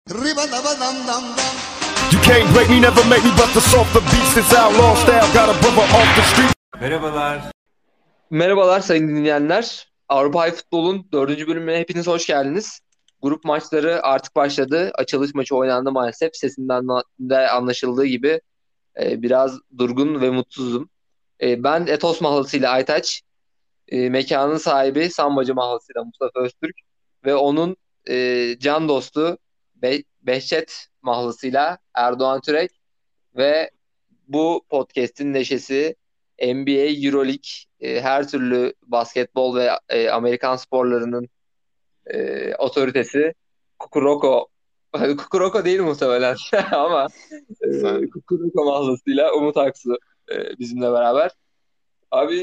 You can't break me, never make me bust the softer beats. This outlaw style got a brother off the street. Merhabalar. Merhabalar sayın dinleyenler. Avrupa Futbol'un 4. bölümüne hepiniz hoş geldiniz. Grup maçları artık başladı. Açılış maçı oynandı maalesef. Sesinden de anlaşıldığı gibi biraz durgun ve mutsuzum. Ben Etos mahlasıyla Aytaç, mekanın sahibi Sambacı mahlasıyla Mustafa Öztürk ve onun can dostu Behçet mahlasıyla Erdoğan Türek ve bu podcast'in neşesi NBA, EuroLeague, her türlü basketbol ve Amerikan sporlarının otoritesi Kukuroko. Kukuroko değil muhtemelen ama Kukuroko mahlasıyla Umut Aksu bizimle beraber. Abi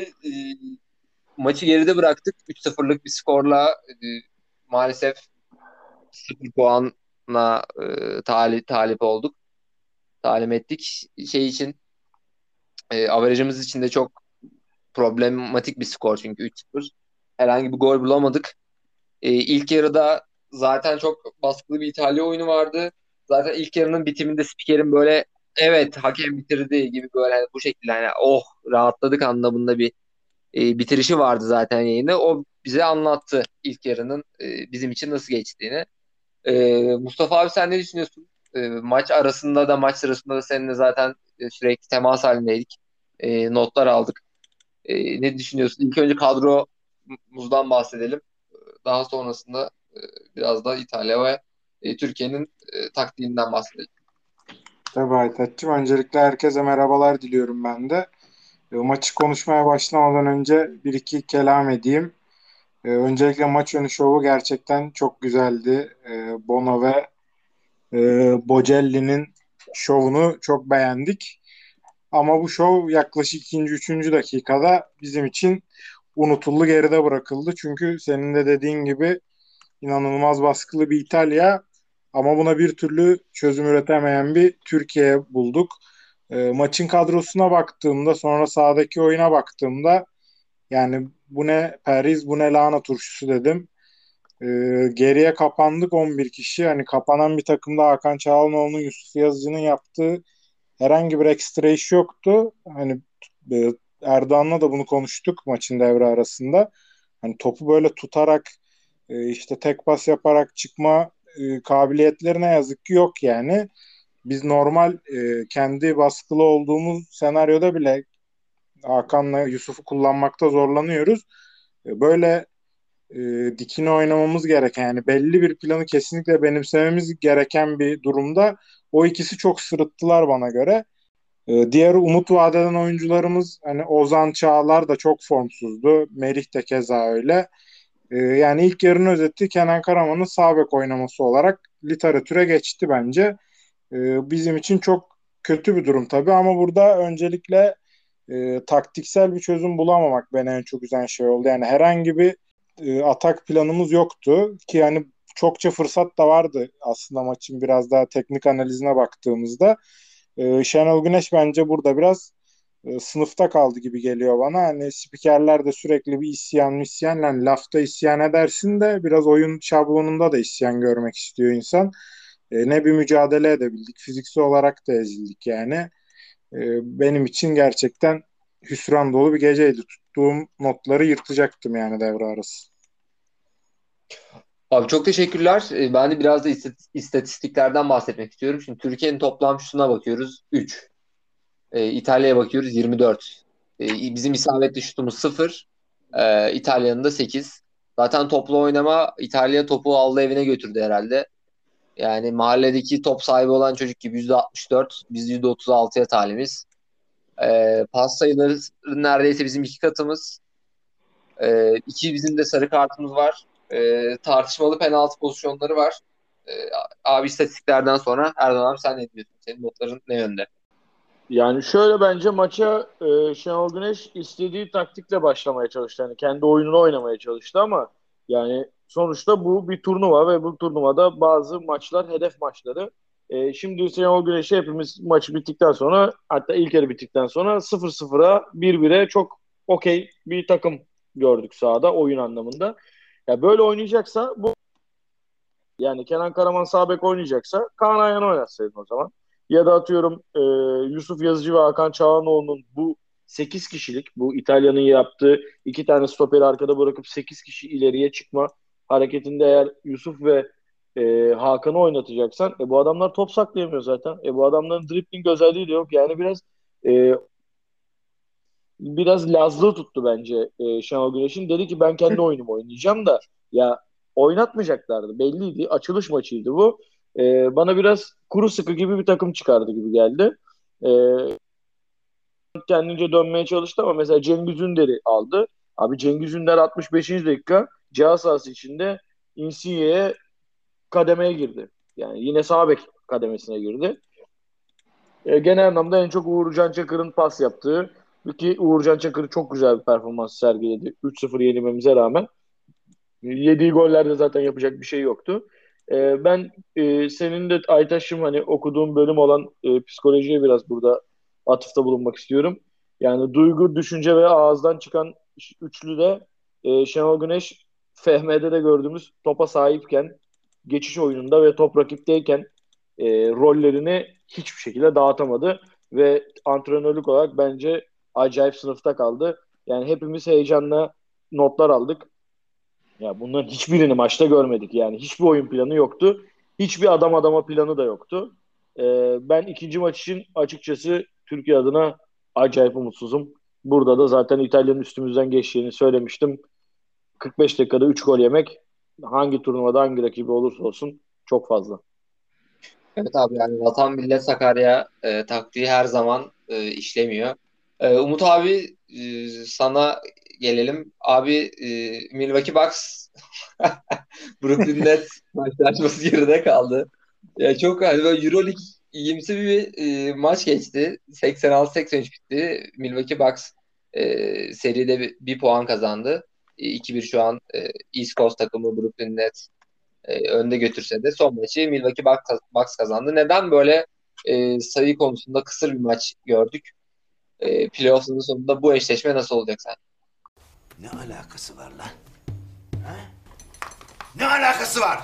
maçı geride bıraktık. 3-0'lık bir skorla maalesef 0 puanla talip olduk. Talim ettik. Şey için averajımız için de çok problematik bir skor çünkü 3-0. Herhangi bir gol bulamadık. İlk yarıda zaten çok baskılı bir İtalya oyunu vardı. Zaten ilk yarının bitiminde spikerin böyle evet hakem bitirdi gibi böyle hani bu şekilde hani oh rahatladık anlamında bir bitirişi vardı zaten yayında. O bize anlattı ilk yarının bizim için nasıl geçtiğini. Mustafa abi sen ne düşünüyorsun? Maç sırasında da seninle zaten sürekli temas halindeydik. Notlar aldık. Ne düşünüyorsun? İlk önce kadromuzdan bahsedelim. Daha sonrasında biraz da İtalya ve Türkiye'nin taktiğinden bahsedelim. Tabii Aytaç'cığım. Öncelikle herkese merhabalar diliyorum ben de. Maçı konuşmaya başlamadan önce bir iki kelam edeyim. Öncelikle maç önü şovu gerçekten çok güzeldi. Bono ve Bocelli'nin şovunu çok beğendik. Ama bu şov yaklaşık ikinci, üçüncü dakikada bizim için unutuldu, geride bırakıldı. Çünkü senin de dediğin gibi inanılmaz baskılı bir İtalya ama buna bir türlü çözüm üretemeyen bir Türkiye bulduk. Maçın kadrosuna baktığımda, sonra sahadaki oyuna baktığımda yani bu ne Periz, bu ne lahana turşusu dedim. Geriye kapandık 11 kişi. Hani kapanan bir takımda Hakan Çalhanoğlu'nun, Yusuf Yazıcı'nın yaptığı herhangi bir ekstra iş yoktu. Hani e, Erdoğan'la da bunu konuştuk maçın devre arasında. Hani topu böyle tutarak işte tek pas yaparak çıkma kabiliyetleri ne yazık ki yok yani. Biz normal kendi baskılı olduğumuz senaryoda bile Hakan'la Yusuf'u kullanmakta zorlanıyoruz. Böyle dikine oynamamız gereken yani belli bir planı kesinlikle benimsememiz gereken bir durumda o ikisi çok sırıttılar bana göre. Diğer umut vadeden oyuncularımız hani Ozan Çağlar da çok formsuzdu. Merih de keza öyle. Yani ilk yarının özeti Kenan Karaman'ın sağ bek oynaması olarak literatüre geçti bence. Bizim için çok kötü bir durum tabii ama burada öncelikle taktiksel bir çözüm bulamamak beni en çok üzen şey oldu. Yani herhangi bir atak planımız yoktu ki yani çokça fırsat da vardı aslında maçın biraz daha teknik analizine baktığımızda. Şenol Güneş bence burada biraz sınıfta kaldı gibi geliyor bana. Hani spikerler de sürekli bir isyan, yani lafta isyan edersin de biraz oyun şablonunda da isyan görmek istiyor insan. Ne bir mücadele edebildik. Fiziksel olarak da ezildik yani. Benim için gerçekten hüsran dolu bir geceydi. Tuttuğum notları yırtacaktım yani devre arası. Abi çok teşekkürler. Ben de biraz da istatistiklerden bahsetmek istiyorum. Şimdi Türkiye'nin toplam şutuna bakıyoruz 3. İtalya'ya bakıyoruz 24. Bizim isabetli şutumuz 0. İtalya'nın da 8. Zaten toplu oynama İtalya topu aldı evine götürdü herhalde. Yani mahalledeki top sahibi olan çocuk gibi %64, biz %36'ya talimiz. Pas sayıları neredeyse bizim 2 katımız. İki bizim de sarı kartımız var. Tartışmalı penaltı pozisyonları var. Ee, Abi istatistiklerden sonra Erdoğan abi sen ne diyorsun? Senin notların ne yönde? Yani şöyle bence maça Şenol Güneş istediği taktikle başlamaya çalıştı. Yani kendi oyununu oynamaya çalıştı ama yani sonuçta bu bir turnuva ve bu turnuvada bazı maçlar hedef maçları. Şimdi Şenol Güneş'i hepimiz maçı bittikten sonra hatta ilk yarı bittikten sonra 0-0'a 1-1'e çok okey bir takım gördük sahada oyun anlamında. Ya böyle oynayacaksa bu Yani Kenan Karaman sağ bek oynayacaksa Kaan Ayhan oynatsaydın o zaman. Ya da atıyorum Yusuf Yazıcı ve Hakan Çalhanoğlu'nun bu 8 kişilik, bu İtalya'nın yaptığı 2 tane stoperi arkada bırakıp 8 kişi ileriye çıkma hareketinde eğer Yusuf ve Hakan'ı oynatacaksan bu adamlar top saklayamıyor zaten. Bu adamların dribbling özelliği de yok. Yani e, biraz Lazlı tuttu bence Şenol Güneş'in. Dedi ki ben kendi oyunumu oynayacağım da ya oynatmayacaklardı. Belliydi. Açılış maçıydı bu. Bana biraz kuru sıkı gibi bir takım çıkardı gibi geldi. E, Kendince dönmeye çalıştı ama mesela Cengiz Ünder'i aldı. Abi Cengiz Ünder 65. dakika ceza sahası içinde Insigne'ye kademeye girdi. Yani yine sağ bek kademesine girdi. Genel anlamda en çok Uğurcan Çakır'ın pas yaptığı ki Uğurcan Çakır çok güzel bir performans sergiledi 3-0 yenilmemize rağmen. Yediği gollerde zaten yapacak bir şey yoktu. Ben senin de Aytaş'ım hani okuduğum bölüm olan psikolojiye biraz burada atıfta bulunmak istiyorum. Yani duygu, düşünce ve ağızdan çıkan üçlü de Şenol Güneş FM'de de gördüğümüz topa sahipken, geçiş oyununda ve top rakipteyken rollerini hiçbir şekilde dağıtamadı ve antrenörlük olarak bence acayip sınıfta kaldı. Yani hepimiz heyecanla notlar aldık. Ya bunların hiçbirini maçta görmedik yani. Hiçbir oyun planı yoktu. Hiçbir adam adama planı da yoktu. Ben ikinci maç için açıkçası Türkiye adına acayip umutsuzum. Burada da zaten İtalya'nın üstümüzden geçtiğini söylemiştim. 45 dakikada 3 gol yemek hangi turnuvada hangi rakibi olursa olsun çok fazla. Evet abi, yani Vatan Millet Sakarya taktiği her zaman işlemiyor. Umut abi, sana gelelim. Abi, Milwaukee Bucks Brooklyn Nets maçlaşması geride kaldı. Ya çok hani böyle EuroLeague iyimsi bir maç geçti. 86-83 bitti. Milwaukee Bucks seride bir puan kazandı. 2-1 şu an East Coast takımı Brooklyn Nets önde götürse de son maçı Milwaukee Bucks kazandı. Neden böyle sayı konusunda kısır bir maç gördük? Playoff'un sonunda bu eşleşme nasıl olacak sen? Ne alakası var lan? Ha? Ne alakası var?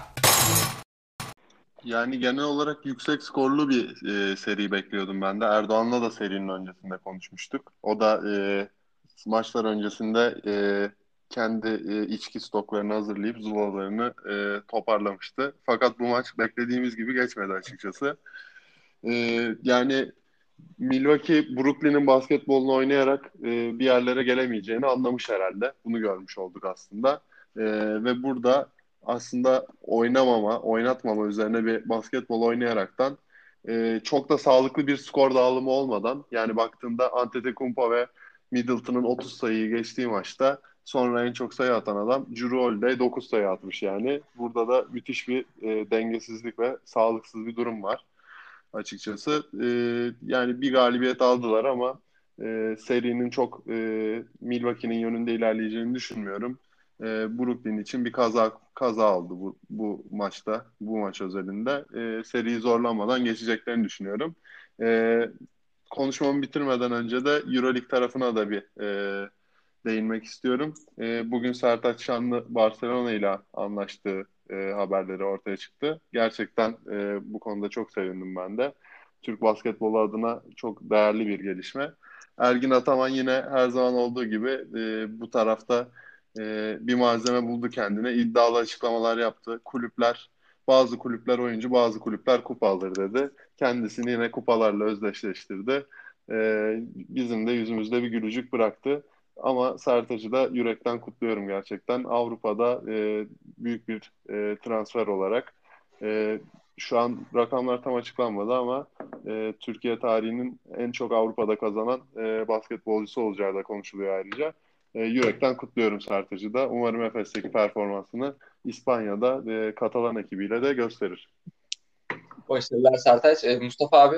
Yani genel olarak yüksek skorlu bir seri bekliyordum ben de. Erdoğan'la da serinin öncesinde konuşmuştuk. O da maçlar öncesinde kendi içki stoklarını hazırlayıp zulalarını toparlamıştı. Fakat bu maç beklediğimiz gibi geçmedi açıkçası. Yani Milwaukee, Brooklyn'in basketbolunu oynayarak bir yerlere gelemeyeceğini anlamış herhalde. Bunu görmüş olduk aslında. Ve burada aslında oynatmama üzerine bir basketbol oynayaraktan çok da sağlıklı bir skor dağılımı olmadan, yani baktığında Antetokounmpo ve Middleton'ın 30 sayıyı geçtiği maçta sonra en çok sayı atan adam Jrue Holiday 9 sayı atmış yani. Burada da müthiş bir dengesizlik ve sağlıksız bir durum var açıkçası. Yani bir galibiyet aldılar ama serinin çok Milwaukee'nin yönünde ilerleyeceğini düşünmüyorum. Brooklyn için bir kaza oldu bu maçta, bu maç özelinde. Seriyi zorlanmadan geçeceklerini düşünüyorum. E, Konuşmamı bitirmeden önce de EuroLeague tarafına da bir değinmek istiyorum. Bugün Sertaç Şanlı Barcelona ile anlaştığı haberleri ortaya çıktı. Gerçekten bu konuda çok sevindim ben de. Türk basketbolu adına çok değerli bir gelişme. Ergin Ataman yine her zaman olduğu gibi bu tarafta bir malzeme buldu kendine. İddialı açıklamalar yaptı. Bazı kulüpler oyuncu, bazı kulüpler kupa alır dedi. Kendisini yine kupalarla özdeşleştirdi. Bizim de yüzümüzde bir gülücük bıraktı. Ama Sertaç'ı da yürekten kutluyorum gerçekten. Avrupa'da büyük bir transfer olarak şu an rakamlar tam açıklanmadı ama Türkiye tarihinin en çok Avrupa'da kazanan basketbolcusu olacağı da konuşuluyor ayrıca. Yürekten kutluyorum Sertaç'ı da. Umarım Efes'teki performansını İspanya'da Katalan ekibiyle de gösterir. Başarılar Sertaç. Mustafa abi.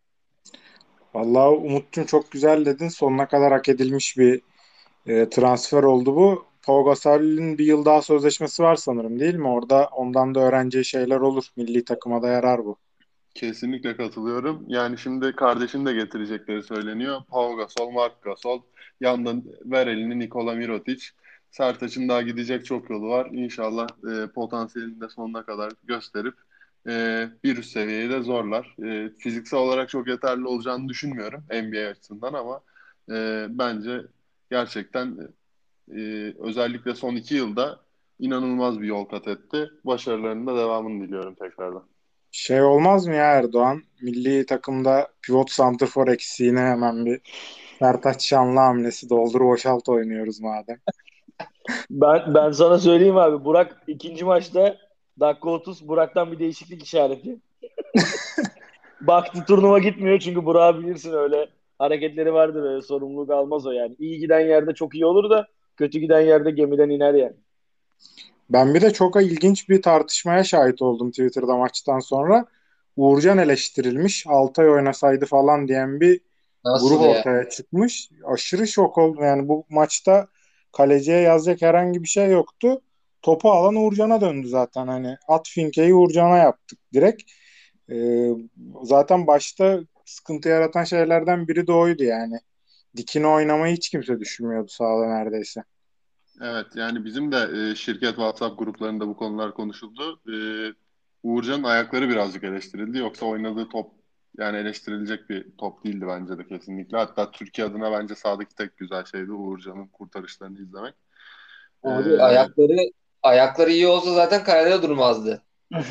Vallahi Umut'cum çok güzel dedin. Sonuna kadar hak edilmiş bir transfer oldu bu. Pau Gasol'ün bir yıl daha sözleşmesi var sanırım, değil mi? Orada ondan da öğreneceği şeyler olur. Milli takıma da yarar bu. Kesinlikle katılıyorum. Yani şimdi kardeşini de getirecekleri söyleniyor. Pau Gasol, Marc Gasol, yandan ver elini Nikola Mirotic. Sertaç'ın daha gidecek çok yolu var. İnşallah potansiyelini de sonuna kadar gösterip bir üst seviyeyi de zorlar. Fiziksel olarak çok yeterli olacağını düşünmüyorum NBA açısından ama bence gerçekten özellikle son 2 yılda inanılmaz bir yol kat etti. Başarılarının da devamını diliyorum tekrardan. Şey olmaz mı ya Erdoğan? Milli takımda pivot santrfor eksiğine hemen bir Sertaç Şanlı hamlesi doldur boşalt oynuyoruz madem. Ben sana söyleyeyim abi. Burak ikinci maçta dakika 30 Burak'tan bir değişiklik işareti. Baktı turnuva gitmiyor çünkü Burak'ı bilirsin öyle hareketleri vardır, öyle sorumluluk almaz o yani. İyi giden yerde çok iyi olur da kötü giden yerde gemiden iner yani. Ben bir de çok ilginç bir tartışmaya şahit oldum Twitter'da maçtan sonra. Uğurcan eleştirilmiş. Altay oynasaydı falan diyen bir grup Nasıl ya? ortaya çıkmış. Aşırı şok oldum. Yani bu maçta kaleciye yazacak herhangi bir şey yoktu. Topu alan Uğurcan'a döndü zaten. Hani at finkeyi Uğurcan'a yaptık direkt. Ee, zaten başta sıkıntı yaratan şeylerden biri de oydu yani. Dikine oynamayı hiç kimse düşünmüyordu sahada neredeyse. Evet, yani bizim de şirket WhatsApp gruplarında bu konular konuşuldu. Uğurcan'ın ayakları birazcık eleştirildi. Yoksa oynadığı top yani eleştirilecek bir top değildi bence de kesinlikle. Hatta Türkiye adına bence sahadaki tek güzel şeydi Uğurcan'ın kurtarışlarını izlemek. E, Abi ayakları iyi olsa zaten kalede durmazdı.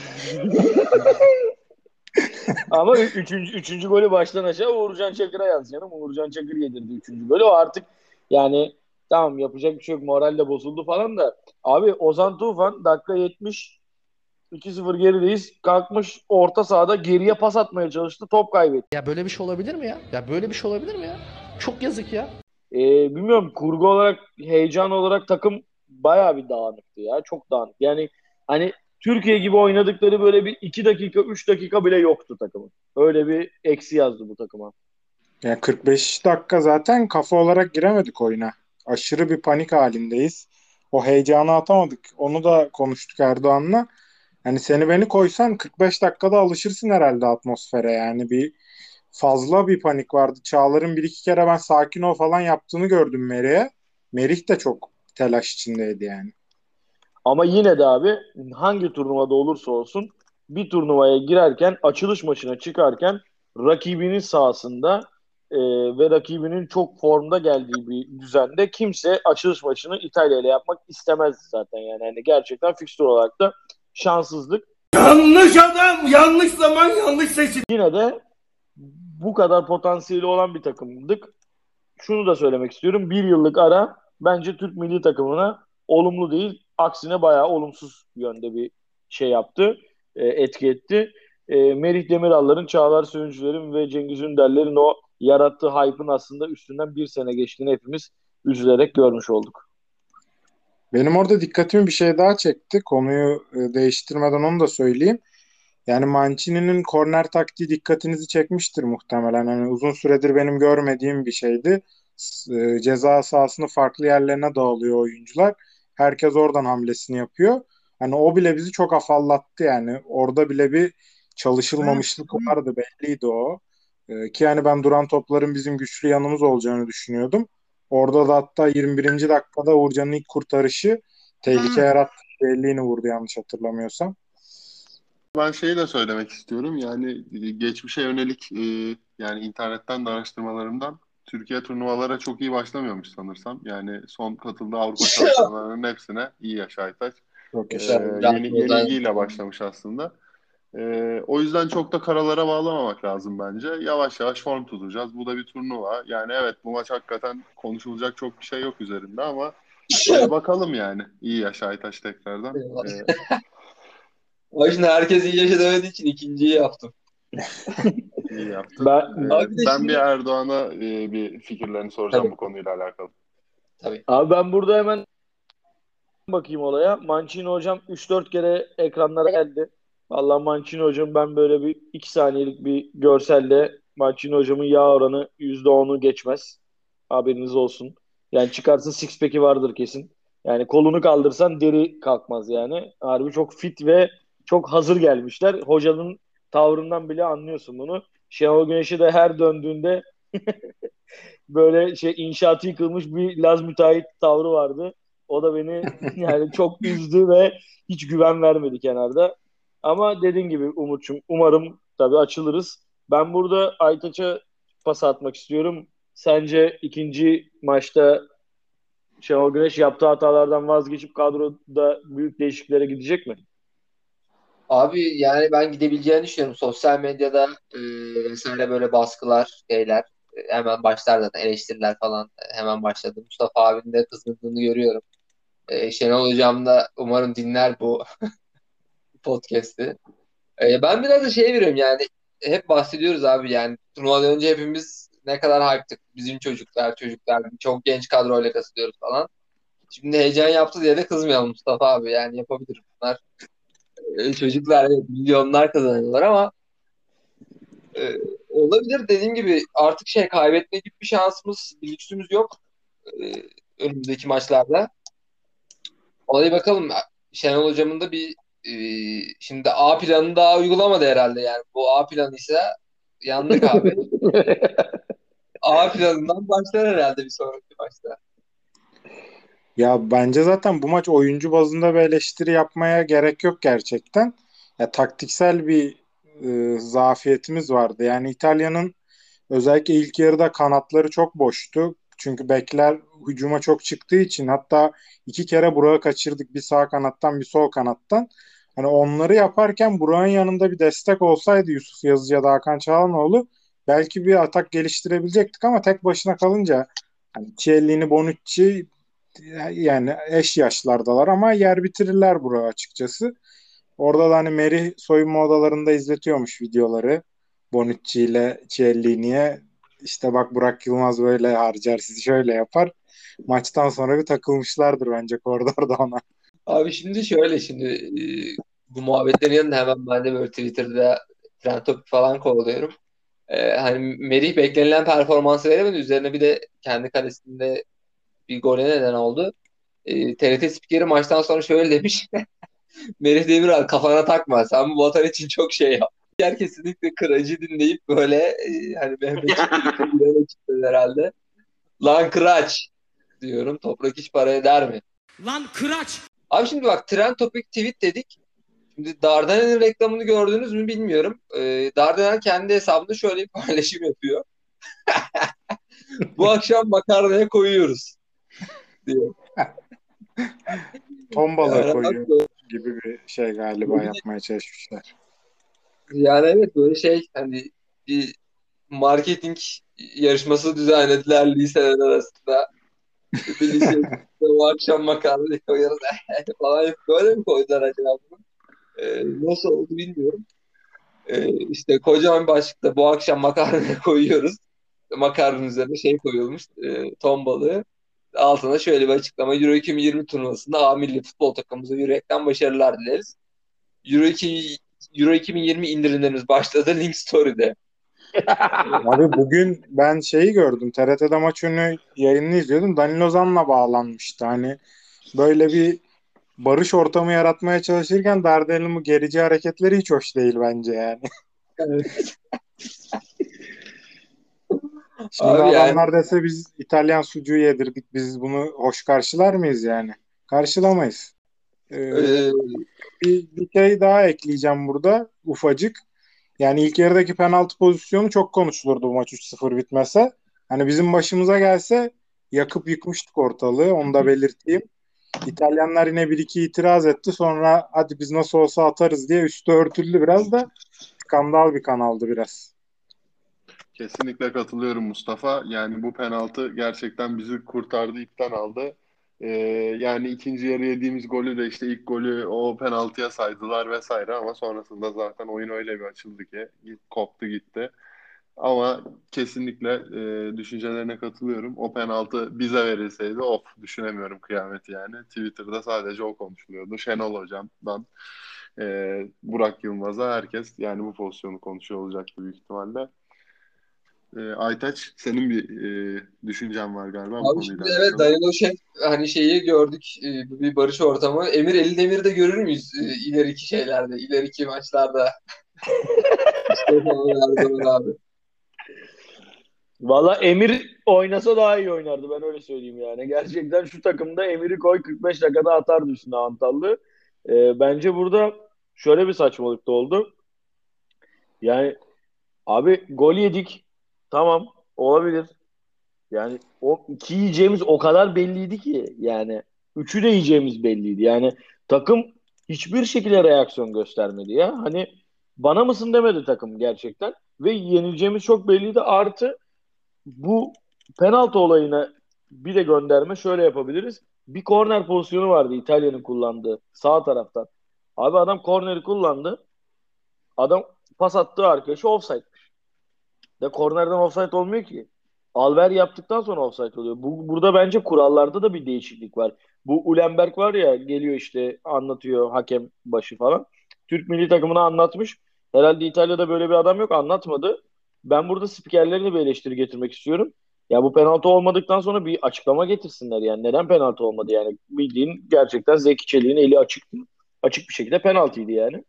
Ama üçüncü golü baştan aşağı Uğurcan Çakır'a yaz canım. Uğurcan Çakır yedirdi üçüncü golü. O artık yani tamam, yapacak bir şey yok. Moral de bozuldu falan da. Abi Ozan Tufan dakika 70, 2-0 gerideyiz. Kalkmış orta sahada geriye pas atmaya çalıştı. Top kaybetti. Ya böyle bir şey olabilir mi ya? Ya böyle bir şey olabilir mi ya? Çok yazık ya. Bilmiyorum, kurgu olarak, heyecan olarak takım bayağı bir dağınıktı ya. Çok dağınık. Yani hani Türkiye gibi oynadıkları böyle bir 2 dakika 3 dakika bile yoktu takımın. Öyle bir eksi yazdı bu takıma. Yani 45 dakika zaten kafa olarak giremedik oyuna. Aşırı bir panik halindeyiz. O heyecanı atamadık. Onu da konuştuk Erdoğan'la. Hani seni beni koysan 45 dakikada alışırsın herhalde atmosfere. Yani bir fazla bir panik vardı. Çağlar'ın bir iki kere ben sakin ol falan yaptığını gördüm Merih'e. Merih de çok telaş içindeydi yani. Ama yine de abi, hangi turnuvada olursa olsun bir turnuvaya girerken, açılış maçına çıkarken rakibinin sahasında ve rakibinin çok formda geldiği bir düzende kimse açılış maçını İtalya ile yapmak istemezdi zaten yani. Yani gerçekten fikstür olarak da şanssızlık. Yanlış adam, yanlış zaman, yanlış seçim. Yine de bu kadar potansiyeli olan bir takımdık. Şunu da söylemek istiyorum. Bir yıllık ara bence Türk milli takımına olumlu değil, aksine bayağı olumsuz yönde bir şey yaptı, etki etti. Merih Demiral'ların, Çağlar Söyüncüler'in ve Cengiz Ünder'lerin o yarattığı hype'ın aslında üstünden bir sene geçtiğini hepimiz üzülerek görmüş olduk. Benim orada dikkatimi bir şey daha çekti. Konuyu değiştirmeden onu da söyleyeyim. Yani Mancini'nin korner taktiği dikkatinizi çekmiştir muhtemelen. Hani uzun süredir benim görmediğim bir şeydi. Ceza sahasını farklı yerlerine dağılıyor oyuncular. Herkes oradan hamlesini yapıyor. Hani o bile bizi çok afallattı yani. Orada bile bir çalışılmamışlık vardı, belliydi o. Ki yani ben duran topların bizim güçlü yanımız olacağını düşünüyordum. Orada da hatta 21. dakikada Uğurcan'ın ilk kurtarışı tehlike yarattı. Belliğini vurdu yanlış hatırlamıyorsam. Ben şeyi de söylemek istiyorum. Yani geçmişe yönelik yani internetten de araştırmalarımdan Türkiye turnuvalara çok iyi başlamıyormuş sanırsam. Yani son katıldığı Avrupa şampiyonlarının hepsine iyi yaş Aytaç. Çok E, yaşa. yenilgiyle başlamış aslında. O yüzden çok da karalara bağlamamak lazım bence. Yavaş yavaş form tutacağız. Bu da bir turnuva. Yani evet, bu maç hakikaten konuşulacak çok bir şey yok üzerinde ama bakalım yani. İyi yaş Aytaç tekrardan. O yüzden herkes iyi yaşa demediği için ikinciyi yaptım. İyi yaptın. Abi de Ben şimdi bir Erdoğan'a bir fikirlerini soracağım tabii, bu konuyla alakalı. tabii. Abi ben burada hemen bakayım olaya. Mancini hocam 3-4 kere ekranlara geldi. Vallahi Mancini hocam, ben böyle bir 2 saniyelik bir görselde Mancini hocamın yağ oranı %10'u geçmez. Haberiniz olsun. Yani çıkarsın six pack'i vardır kesin. Yani kolunu kaldırsan deri kalkmaz yani. Harbi çok fit ve çok hazır gelmişler. Hocanın tavrından bile anlıyorsun bunu. Şenol Güneş'i de her döndüğünde böyle inşaatı yıkılmış bir Laz müteahhit tavrı vardı. O da beni yani çok üzdü ve hiç güven vermedi kenarda. Ama dediğin gibi Umut'cum umarım tabii açılırız. Ben burada Aytaç'a pas atmak istiyorum. Sence ikinci maçta Şenol Güneş yaptığı hatalardan vazgeçip kadroda büyük değişikliklere gidecek mi? Abi yani ben gidebileceğini düşünüyorum. Sosyal medyada vesaire böyle baskılar, şeyler hemen başlar zaten eleştiriler falan hemen başladı. Mustafa abinin de kızgınlığını görüyorum. Şenol Hocam da umarım dinler bu podcast'i. Ben biraz da şey veriyorum yani hep bahsediyoruz abi yani turnuvadan önce hepimiz ne kadar hype'tık. Bizim çocuklar çok genç kadroyla kasılıyoruz falan. Şimdi heyecan yaptı diye de kızmayalım Mustafa abi yani yapabilir bunlar. Çocuklar evet, milyonlar kazanıyorlar ama e, olabilir dediğim gibi artık şey kaybetme gibi bir şansımız, bir lüksümüz yok e, önümüzdeki maçlarda. Olaya bakalım. Şenol Hocam'ın da bir şimdi A planını daha uygulamadı herhalde yani. Bu A planı ise yandık abi. A planından başlar herhalde bir sonraki maçta. Ya bence zaten bu maç oyuncu bazında bir eleştiri yapmaya gerek yok gerçekten. Ya taktiksel bir zafiyetimiz vardı. Yani İtalya'nın özellikle ilk yarıda kanatları çok boştu. Çünkü bekler hücuma çok çıktığı için hatta iki kere Burak'ı kaçırdık. Bir sağ kanattan bir sol kanattan. Hani onları yaparken Burak'ın yanında bir destek olsaydı Yusuf Yazıcı ya da Hakan Çalhanoğlu belki bir atak geliştirebilecektik ama tek başına kalınca hani Chiellini, Bonucci yani eş yaşlardalar ama yer bitirirler Burak'ı açıkçası. Orada da hani Merih soyunma odalarında izletiyormuş videoları. Bonucci ile Chiellini'ye işte bak Burak Yılmaz böyle harcar sizi şöyle yapar. Maçtan sonra bir takılmışlardır bence koridorda ona. Abi şimdi bu muhabbetlerin yanında hemen ben de böyle Twitter'da Trend Topic falan kovalıyorum. Hani Merih beklenilen performansı veremedi. Üzerine bir de kendi kalesinde bir gole neden oldu. TRT spikeri maçtan sonra şöyle demiş. Merih Demiral kafana takma. Sen bu vatan için çok şey yap. Yer kesinlikle kıracı dinleyip böyle hani Mehmetçik gibi çıktı herhalde. Lan kıraç diyorum. Toprak hiç para eder mi? Lan kıraç. Abi şimdi bak Trend Topic tweet dedik. Şimdi Dardanel'in reklamını gördünüz mü bilmiyorum. Dardanel kendi hesabında şöyle bir paylaşım yapıyor. Bu akşam makarnaya koyuyoruz diyor. Ton balığı Yani, koyuyor gibi bir şey galiba yapmaya çalışmışlar. yani evet böyle şey hani bir marketing yarışması düzenlediler liseler arasında. Bir lise bu akşam makarna koyarız falan böyle mi koydular acaba bunu? Nasıl oldu bilmiyorum. İşte kocaman bir başlıkta bu akşam makarna koyuyoruz. Makarnanın üzerine şey koyulmuş ton balığı. Altına şöyle bir açıklama. Euro 2020 turnuvasında A milli futbol takımımıza yürekten başarılar dileriz. Euro, 2, Euro 2020 indirimlerimiz başladı. Link Story'de. Abi bugün ben şeyi gördüm. TRT'de maç önü yayını izliyordum. Danilo Zan'la bağlanmıştı. Hani böyle bir barış ortamı yaratmaya çalışırken Dardanel'in bu gerici hareketleri hiç hoş değil bence yani. Şimdi Abi yani adamlar dese biz İtalyan sucuğu yedirdik. Biz bunu hoş karşılar mıyız yani? Karşılamayız. Ee, e, bir şey daha ekleyeceğim burada. Ufacık. Yani ilk yarıdaki penaltı pozisyonu çok konuşulurdu bu maç 3-0 bitmese. Hani bizim başımıza gelse yakıp yıkmıştık ortalığı. Onu da belirteyim. İtalyanlar yine bir iki itiraz etti. Sonra hadi biz nasıl olsa atarız diye üstü örtüldü biraz da skandal bir kanaldı biraz. Kesinlikle katılıyorum Mustafa. Yani bu penaltı gerçekten bizi kurtardı, ipten aldı. Ee, Yani ikinci yarı yediğimiz golü de işte ilk golü o penaltıya saydılar vesaire ama sonrasında zaten oyun öyle bir açıldı ki koptu gitti. Ama kesinlikle düşüncelerine katılıyorum. O penaltı bize verilseydi of düşünemiyorum kıyameti yani. Twitter'da sadece o konuşuluyordu. Şenol Hocam'dan Burak Yılmaz'a herkes yani bu pozisyonu konuşuyor olacaktı büyük ihtimalle. Aytaç senin bir düşüncen var galiba bu abi konuyla şimdi evet alakalı. Danilo Şef hani şeyi gördük bir barış ortamı. Emir Eli Demir'i de görür müyüz ileriki şeylerde, ileriki maçlarda? İşte o konularda abi. Valla Emir oynasa daha iyi oynardı, ben öyle söyleyeyim yani. Gerçekten şu takımda Emir'i koy 45 dakikada atardı üstüne Antallı. Bence burada şöyle bir saçmalık da oldu. Yani abi gol yedik. Tamam, olabilir. Yani o iki yiyeceğimiz o kadar belliydi ki yani üçü de yiyeceğimiz belliydi. Yani takım hiçbir şekilde reaksiyon göstermedi ya. Hani bana mısın demedi takım gerçekten ve yenileceğimiz çok belliydi. Artı bu penaltı olayına bir de gönderme şöyle yapabiliriz. Bir korner pozisyonu vardı İtalya'nın kullandığı sağ taraftan. Abi adam korneri kullandı. Adam pas attığı arkadaşı offside. De kornerden offside olmuyor ki. Alver yaptıktan sonra offside oluyor. Burada bence kurallarda da bir değişiklik var. Bu Ulenberg var ya, geliyor işte anlatıyor hakem başı falan. Türk milli takımına anlatmış. Herhalde İtalya'da böyle bir adam yok, anlatmadı. Ben burada spikerlerine bir eleştiri getirmek istiyorum. Ya bu penaltı olmadıktan sonra bir açıklama getirsinler yani. Neden penaltı olmadı yani? Bildiğin gerçekten Zeki Çelik'in eli açıktı. Açık bir şekilde penaltıydı yani.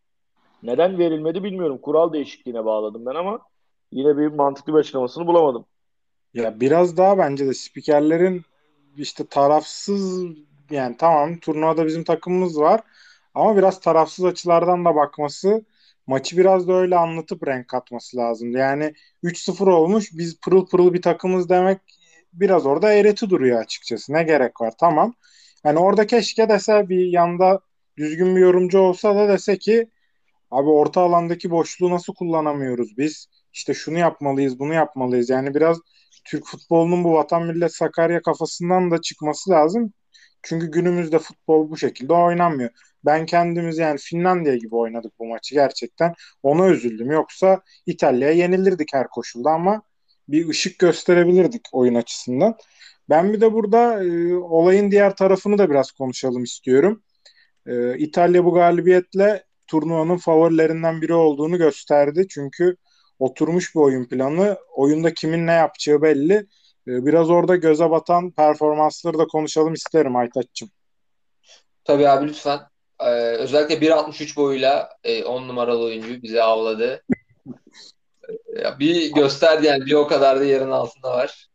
Neden verilmedi bilmiyorum. Kural değişikliğine bağladım ben ama yine bir mantıklı bir açıklamasını bulamadım. Ya biraz daha bence de spikerlerin işte tarafsız, yani tamam turnuvada bizim takımımız var ama biraz tarafsız açılardan da bakması, maçı biraz da öyle anlatıp renk katması lazım. Yani 3-0 olmuş, biz pırıl pırıl bir takımız demek biraz orada eğreti duruyor açıkçası. Ne gerek var? Tamam. Yani orada keşke dese, bir yanda düzgün bir yorumcu olsa da dese ki abi orta alandaki boşluğu nasıl kullanamıyoruz biz? İşte şunu yapmalıyız, bunu yapmalıyız. Yani biraz Türk futbolunun bu vatan millet Sakarya kafasından da çıkması lazım. Çünkü günümüzde futbol bu şekilde oynanmıyor. Ben kendimiz yani Finlandiya gibi oynadık bu maçı gerçekten. Ona üzüldüm. Yoksa İtalya'ya yenilirdik her koşulda ama bir ışık gösterebilirdik oyun açısından. Ben bir de burada olayın diğer tarafını da biraz konuşalım istiyorum. İtalya bu galibiyetle turnuvanın favorilerinden biri olduğunu gösterdi. Çünkü oturmuş bir oyun planı. Oyunda kimin ne yapacağı belli. Biraz orada göze batan performansları da konuşalım isterim Aytaç'cığım. Tabii abi lütfen. Özellikle 1.63 boyuyla 10 numaralı oyuncu bizi avladı. Ya bir gösterdi yani, bir o kadar da yerin altında var.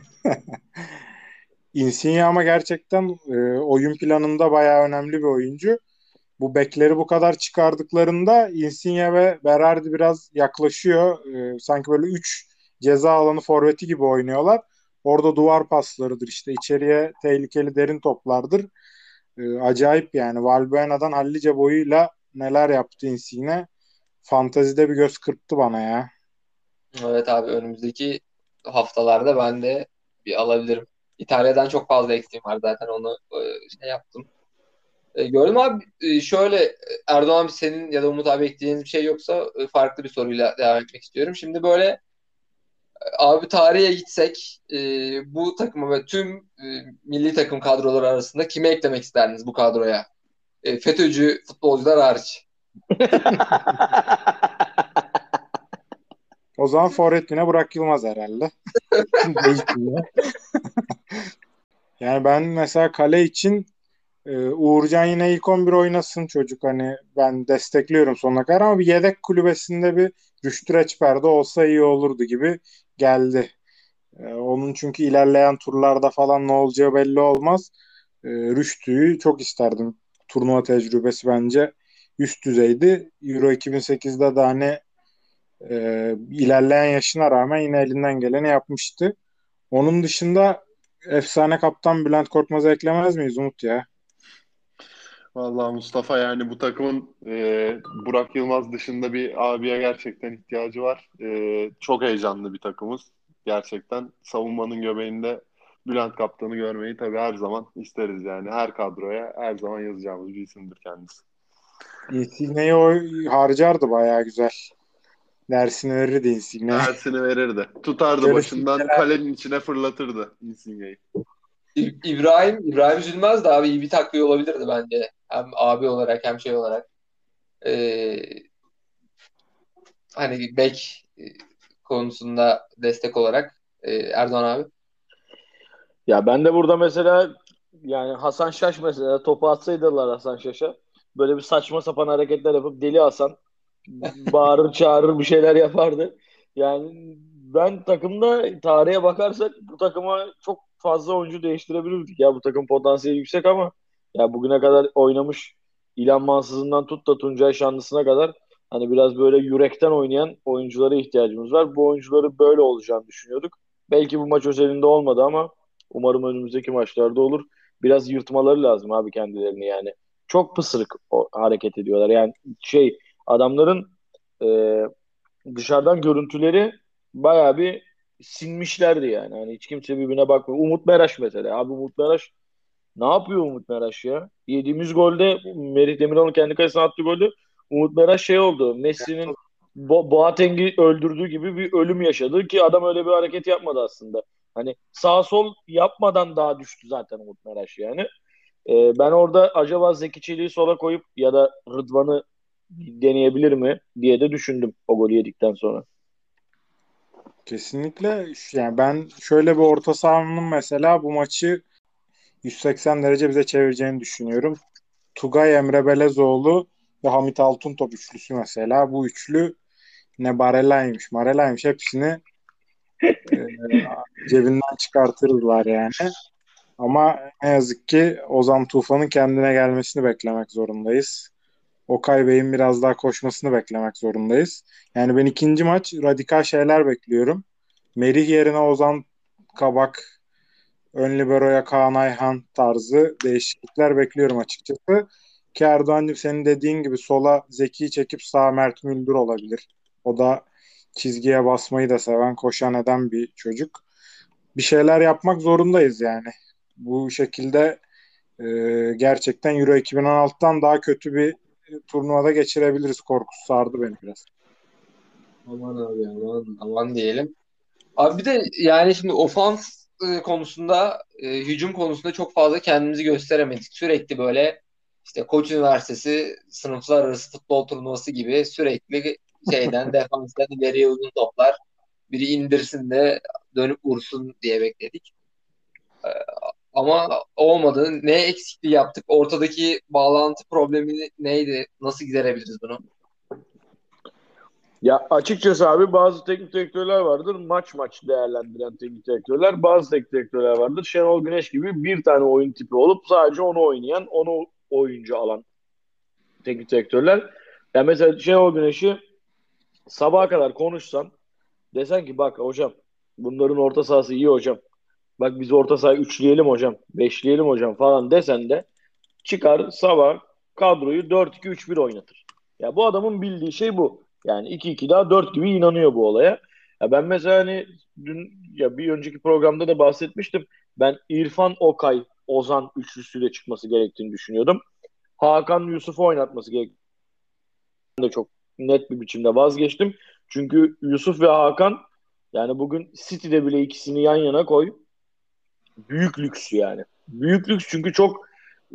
Insigne ama gerçekten oyun planında bayağı önemli bir oyuncu. Bu bekleri bu kadar çıkardıklarında Insigne ve Berardi biraz yaklaşıyor. Sanki böyle 3 ceza alanı forveti gibi oynuyorlar. Orada duvar paslarıdır, işte içeriye tehlikeli derin toplardır. Acayip yani. Valbuena'dan hallice boyuyla neler yaptı Insigne. Fantezide bir göz kırptı bana ya. Evet abi, önümüzdeki haftalarda ben de bir alabilirim. İtalya'dan çok fazla eksiğim var zaten, onu şey yaptım. Gördüm abi. Şöyle Erdoğan, senin ya da Umut abi ekleyeceğiniz bir şey yoksa farklı bir soruyla devam etmek istiyorum. Şimdi böyle abi tarihe gitsek bu takımı ve tüm milli takım kadroları arasında kimi eklemek isterdiniz bu kadroya? FETÖ'cü futbolcular hariç. O zaman forvet yine Burak Yılmaz herhalde. Değişmiyor. Yani ben mesela kale için Uğurcan yine ilk 11 oynasın çocuk, hani ben destekliyorum sonuna kadar ama bir yedek kulübesinde bir Rüştü Reçber'de olsa iyi olurdu gibi geldi. Onun çünkü ilerleyen turlarda falan ne olacağı belli olmaz. Rüştü'yü çok isterdim. Turnuva tecrübesi bence üst düzeydi. Euro 2008'de de hani ilerleyen yaşına rağmen yine elinden geleni yapmıştı. Onun dışında efsane kaptan Bülent Korkmaz'ı eklemez miyiz Umut ya? Vallahi Mustafa, yani bu takımın Burak Yılmaz dışında bir abiye gerçekten ihtiyacı var. Çok heyecanlı bir takımız. Gerçekten savunmanın göbeğinde Bülent Kaptan'ı görmeyi tabii her zaman isteriz yani. Her kadroya her zaman yazacağımız bir isimdir kendisi. Insigne'yi o harcardı bayağı güzel. Dersini verirdi Insigne'ye. Dersini verirdi. Tutardı Şöyle başından, silkeler. kalenin içine fırlatırdı Insigne'yi. İbrahim üzülmez de abi, iyi bir takviye olabilirdi bence. Hem abi olarak hem şey olarak. Ee, Hani bek konusunda destek olarak Erdoğan abi. Ya ben de burada mesela yani Hasan Şaş, mesela topu atsaydılar Hasan Şaş'a böyle bir saçma sapan hareketler yapıp deli Hasan bağırır çağırır bir şeyler yapardı. Yani Ben takımda tarihe bakarsak bu takıma çok fazla oyuncu değiştirebilirdik. Ya bu takım potansiyeli yüksek ama ya bugüne kadar oynamış İlhan Mansız'ından tut da Tuncay Şanlısı'na kadar hani biraz böyle yürekten oynayan oyunculara ihtiyacımız var. Bu oyuncuları böyle olacağını düşünüyorduk. Belki bu maç özelinde olmadı ama umarım önümüzdeki maçlarda olur. Biraz yırtmaları lazım abi kendilerini yani. Çok pısırık hareket ediyorlar. Yani adamların e, dışarıdan görüntüleri bayağı bir sinmişlerdi yani. Hani hiç kimse birbirine bakmıyor. Umut Meraş mesela. Abi Umut Meraş ne yapıyor Umut Meraş ya? Yediğimiz golde Merih Demiral'ın kendi kalesine attığı golde Umut Meraş oldu. Messi'nin Boateng'i öldürdüğü gibi bir ölüm yaşadı ki adam öyle bir hareket yapmadı aslında. Hani sağ sol yapmadan daha düştü zaten Umut Meraş yani. Ben orada acaba Zeki Çelik'i sola koyup ya da Rıdvan'ı deneyebilir mi diye de düşündüm o golü yedikten sonra. Kesinlikle yani ben şöyle bir orta sahanın mesela bu maçı 180 derece bize çevireceğini düşünüyorum. Tugay, Emre Belezoğlu ve Hamit Altıntop üçlüsü mesela. Bu üçlü ne Barella'ymış, Marella'ymış hepsini e, cebinden çıkartırdılar yani. Ama ne yazık ki Ozan Tufan'ın kendine gelmesini beklemek zorundayız. Okay Bey'in biraz daha koşmasını beklemek zorundayız. Yani ben ikinci maç radikal şeyler bekliyorum. Merih yerine Ozan Kabak, ön libero'ya Kaan Ayhan tarzı değişiklikler bekliyorum açıkçası. Ki Erdoğan'cığım senin dediğin gibi sola Zeki'yi çekip sağa Mert Müldür olabilir. O da çizgiye basmayı da seven, koşan eden bir çocuk. Bir şeyler yapmak zorundayız yani. Bu şekilde gerçekten Euro 2016'dan daha kötü bir turnuvada geçirebiliriz. Korkusu sardı beni biraz. Aman abi aman aman diyelim. Abi bir de yani şimdi ofans konusunda, hücum konusunda çok fazla kendimizi gösteremedik. Sürekli böyle işte Koç Üniversitesi sınıflar arası futbol turnuvası gibi sürekli defanstan ileriye uzun toplar. Biri indirsin de dönüp vursun diye bekledik. E, Ama olmadı. Ne eksikliği yaptık? Ortadaki bağlantı problemi neydi? Nasıl giderebiliriz bunu? Ya açıkçası abi bazı teknik direktörler vardır maç maç değerlendiren teknik direktörler. Bazı teknik direktörler vardır Şenol Güneş gibi bir tane oyun tipi olup sadece onu oynayan, onu oyuncu alan teknik direktörler. Ya mesela Şenol Güneş'i sabaha kadar konuşsan desen ki bak hocam bunların orta sahası iyi hocam. Bak biz orta sahayı üçleyelim hocam, beşleyelim hocam falan desen de çıkar sabah kadroyu 4-2-3-1 oynatır. Ya bu adamın bildiği şey bu. Yani 2-2 daha 4 gibi inanıyor bu olaya. Ya ben mesela hani dün ya bir önceki programda da bahsetmiştim. Ben İrfan Okay, Ozan üçlüsüyle çıkması gerektiğini düşünüyordum. Hakan Yusuf'u oynatması gerektiğini de çok net bir biçimde vazgeçtim. Çünkü Yusuf ve Hakan yani bugün City'de bile ikisini yan yana koy. Büyük lüks yani. Büyük lüks çünkü çok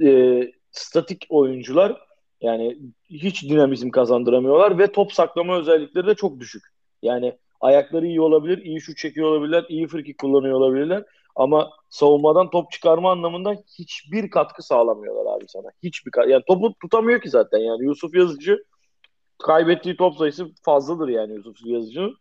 statik oyuncular. Yani hiç dinamizm kazandıramıyorlar ve top saklama özellikleri de çok düşük. Yani ayakları iyi olabilir, iyi şut çekiyor olabilirler, iyi frikik kullanıyor olabilirler. Ama savunmadan top çıkarma anlamında hiçbir katkı sağlamıyorlar abi sana. Yani topu tutamıyor ki zaten. Yani Yusuf Yazıcı kaybettiği top sayısı fazladır yani Yusuf Yazıcı'nın.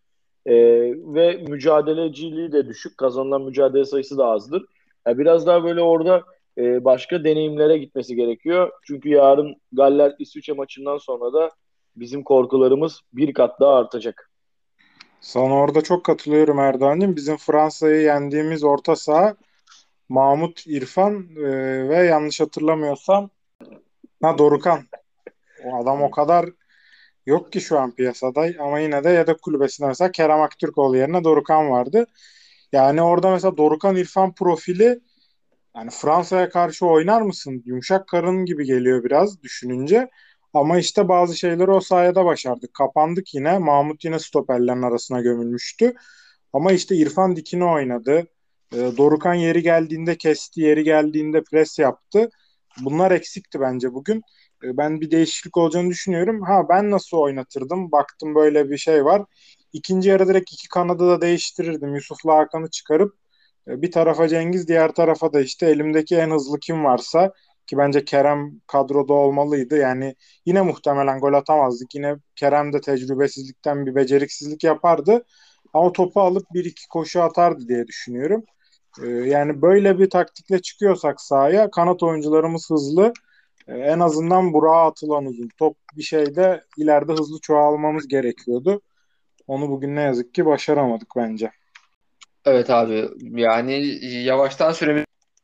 Ve mücadeleciliği de düşük. Kazanılan mücadele sayısı da azdır. Ya biraz daha böyle orada başka deneyimlere gitmesi gerekiyor. Çünkü yarın Galler İsviçre maçından sonra da bizim korkularımız bir kat daha artacak. Sana orada çok katılıyorum Erdoğan'cığım. Bizim Fransa'yı yendiğimiz orta saha Mahmut İrfan ve yanlış hatırlamıyorsam Dorukhan. O adam o kadar yok ki şu an piyasada ama yine de yedek kulübesinde mesela Kerem Aktürkoğlu yerine Dorukhan vardı. Yani orada mesela Dorukhan İrfan profili yani Fransa'ya karşı oynar mısın? Yumuşak karın gibi geliyor biraz düşününce. Ama işte bazı şeyleri o sayede başardık. Kapandık yine. Mahmut yine stoperlerin arasına gömülmüştü. Ama işte İrfan dikine oynadı. Dorukhan yeri geldiğinde kesti, yeri geldiğinde pres yaptı. Bunlar eksikti bence bugün. Ben bir değişiklik olacağını düşünüyorum. Ha ben nasıl oynatırdım? Baktım böyle bir şey var. İkinci yarı direkt iki kanadı da değiştirirdim. Yusuf'la Hakan'ı çıkarıp bir tarafa Cengiz, diğer tarafa da işte elimdeki en hızlı kim varsa ki bence Kerem kadroda olmalıydı. Yani yine muhtemelen gol atamazdık. Yine Kerem de tecrübesizlikten bir beceriksizlik yapardı. Ama topu alıp bir iki koşu atardı diye düşünüyorum. Yani böyle bir taktikle çıkıyorsak sahaya kanat oyuncularımız hızlı. En azından Burak'a atılan uzun top bir şeyde ileride hızlı çoğalmamız gerekiyordu. Onu bugün ne yazık ki başaramadık bence. Evet abi, yani yavaştan süremiz,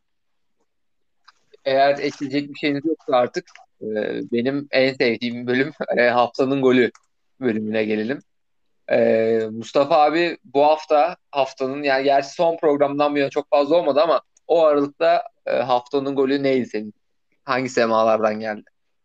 eğer ekleyecek bir şeyiniz yoksa artık benim en sevdiğim bölüm haftanın golü bölümüne gelelim. Mustafa abi, bu haftanın, yani gerçi son programdan bu yana çok fazla olmadı ama o aralıkta haftanın golü neydi senin? Hangi semalardan geldi?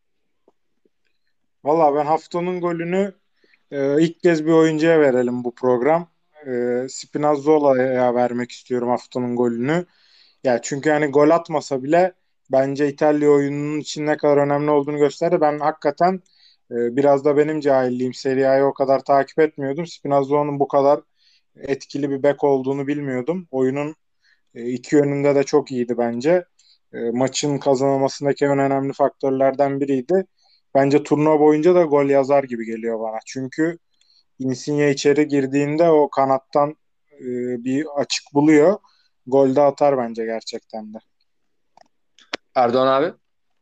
Valla ben haftanın golünü ilk kez bir oyuncuya verelim bu program. Spinazzola'ya vermek istiyorum haftanın golünü. Ya çünkü hani gol atmasa bile bence İtalya oyununun için ne kadar önemli olduğunu gösterdi. Ben hakikaten biraz da benim cahilliğim, Serie A'yı o kadar takip etmiyordum. Spinazzola'nın bu kadar etkili bir bek olduğunu bilmiyordum. Oyunun iki yönünde de çok iyiydi bence. Maçın kazanılmasındaki en önemli faktörlerden biriydi. Bence turnuva boyunca da gol yazar gibi geliyor bana. Çünkü Insigne içeri girdiğinde o kanattan bir açık buluyor. Golde atar bence gerçekten de. Erdoğan abi?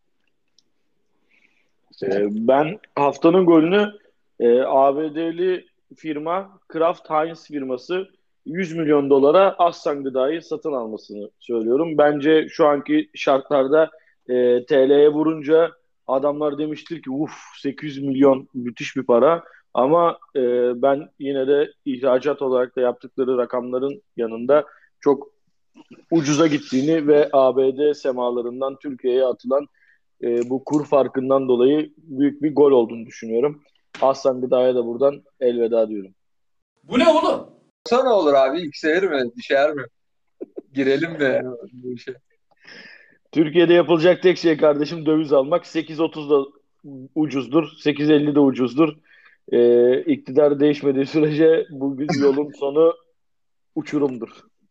Ben haftanın golünü ABD'li firma Kraft Heinz firması 100 milyon dolara Aslan Gıda'yı satın almasını söylüyorum. Bence şu anki şartlarda TL'ye vurunca adamlar demiştir ki 800 milyon müthiş bir para. Ama ben yine de ihracat olarak da yaptıkları rakamların yanında çok ucuza gittiğini ve ABD semalarından Türkiye'ye atılan bu kur farkından dolayı büyük bir gol olduğunu düşünüyorum. Aslan Gıda'ya da buradan elveda diyorum. Bu ne oğlum? Sonra ne olur abi? Yükselir mi? Düşer mi? Girelim mi bu işe? Türkiye'de yapılacak tek şey kardeşim döviz almak. 8.30 da ucuzdur. 8.50 de ucuzdur. İktidar değişmediği sürece bugün yolun sonu uçurumdur.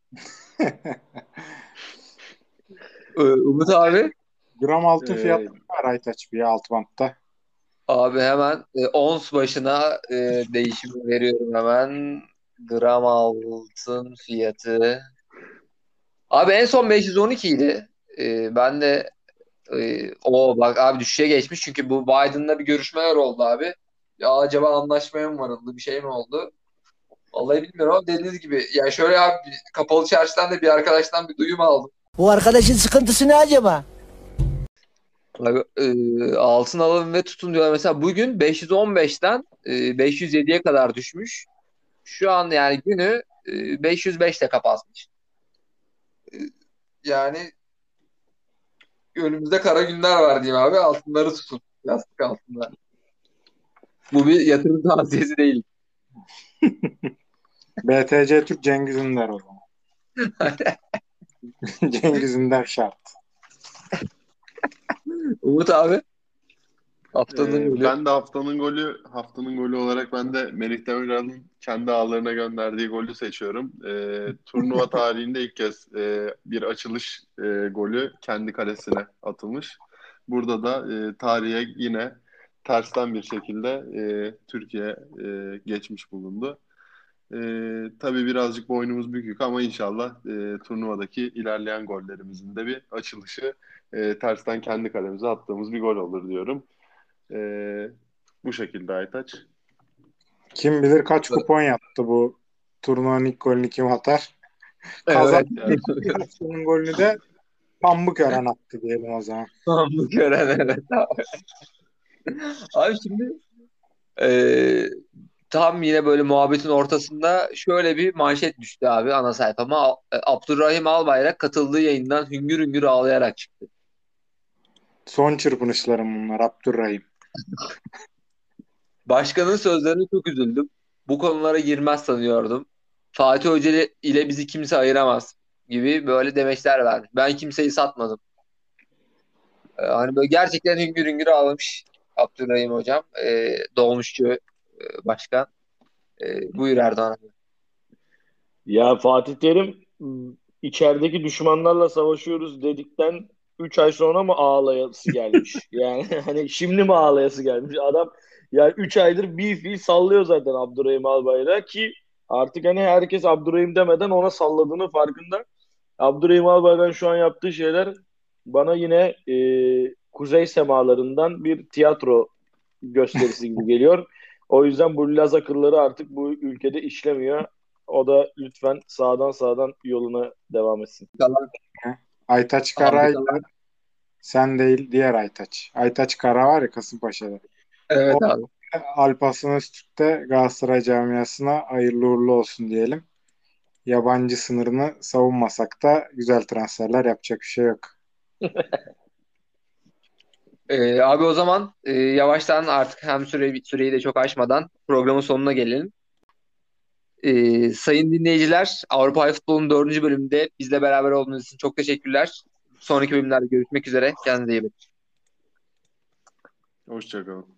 Umut abi? Gram altın Ee, fiyatı var Aytaç bir alt bantta. Abi hemen ons başına değişimi veriyorum hemen. Gram altın fiyatı. Abi en son 512 idi. Ben de o bak abi, düşüşe geçmiş çünkü bu Biden'la bir görüşmeler oldu abi. Ya acaba anlaşmaya mı varıldı, bir şey mi oldu? Vallahi bilmiyorum ama dediğiniz gibi ya, şöyle abi, kapalı çarşıdan da bir arkadaştan bir duyum aldım. Bu arkadaşın sıkıntısı ne acaba? Abi, altın alın ve tutun diyorlar. Mesela bugün 515'ten 507'ye kadar düşmüş. Şu an yani günü 505'te kapatmış. E, Yani önümüzde kara günler var diyeyim abi. Altınları tutun. Yastık altında. Bu bir yatırım tavsiyesi değil. BTC Türk Cengiz Ünder o zaman. Cengiz Ünder şart. Umut abi, haftanın golü. Ben de haftanın golü olarak ben de Melih Demirel'in kendi ağlarına gönderdiği golü seçiyorum. Turnuva tarihinde ilk kez bir açılış golü kendi kalesine atılmış. Burada da tarihe yine tersten bir şekilde Türkiye geçmiş bulundu. Tabii birazcık boynumuz bükük ama inşallah turnuvadaki ilerleyen gollerimizin de bir açılışı tersten kendi kalemize attığımız bir gol olur diyorum. Bu şekilde Aytaç. Kim bilir kaç kupon yaptı bu turnuvanın ilk golünü kim atar? Evet. Kazanın golünü de Pambıkören attı diyelim o zaman. Tamamlık gören, evet abi. Abi şimdi tam yine böyle muhabbetin ortasında şöyle bir manşet düştü abi ana sayfama. Abdurrahim Albayrak katıldığı yayından hüngür hüngür ağlayarak çıktı. Son çırpınışlarım bunlar Abdurrahim. Başkanın sözlerine çok üzüldüm. Bu konulara girmez sanıyordum. Fatih Hoca ile bizi kimse ayıramaz gibi böyle demeçler vermiş. Ben kimseyi satmadım. Hani böyle gerçekten hüngür hüngür ağlamış Abdurrahim hocam. Dolmuşçu başkan. Buyur Erdoğan abi. Ya Fatih Terim içerideki düşmanlarla savaşıyoruz dedikten 3 ay sonra mı ağlayası gelmiş? Yani hani şimdi mi ağlayası gelmiş? Adam yani 3 aydır bir fiil sallıyor zaten Abdurrahim Albayrak ki Artık hani herkes Abdurrahim demeden ona salladığını farkında. Abdurrahim Albayrak'ın şu an yaptığı şeyler bana yine kuzey semalarından bir tiyatro gösterisi gibi geliyor. O yüzden bu Laz akılları artık bu ülkede işlemiyor. O da lütfen sağdan yoluna devam etsin. Aytaç Kara'yla sen değil diğer Aytaç. Aytaç Kara var ya Kasımpaşa'da. Evet O abi. Alparslan Öztürk'te Galatasaray camiasına hayırlı uğurlu olsun diyelim. Yabancı sınırını savunmasak da güzel transferler yapacak bir şey yok. Abi o zaman yavaştan artık hem süreyi de çok aşmadan programın sonuna gelelim. Sayın dinleyiciler, Avrupa Futbolu'nun 4. bölümünde bizle beraber olduğunuz için çok teşekkürler. Sonraki bölümlerde görüşmek üzere. Kendinize iyi bakın. Hoşçakalın.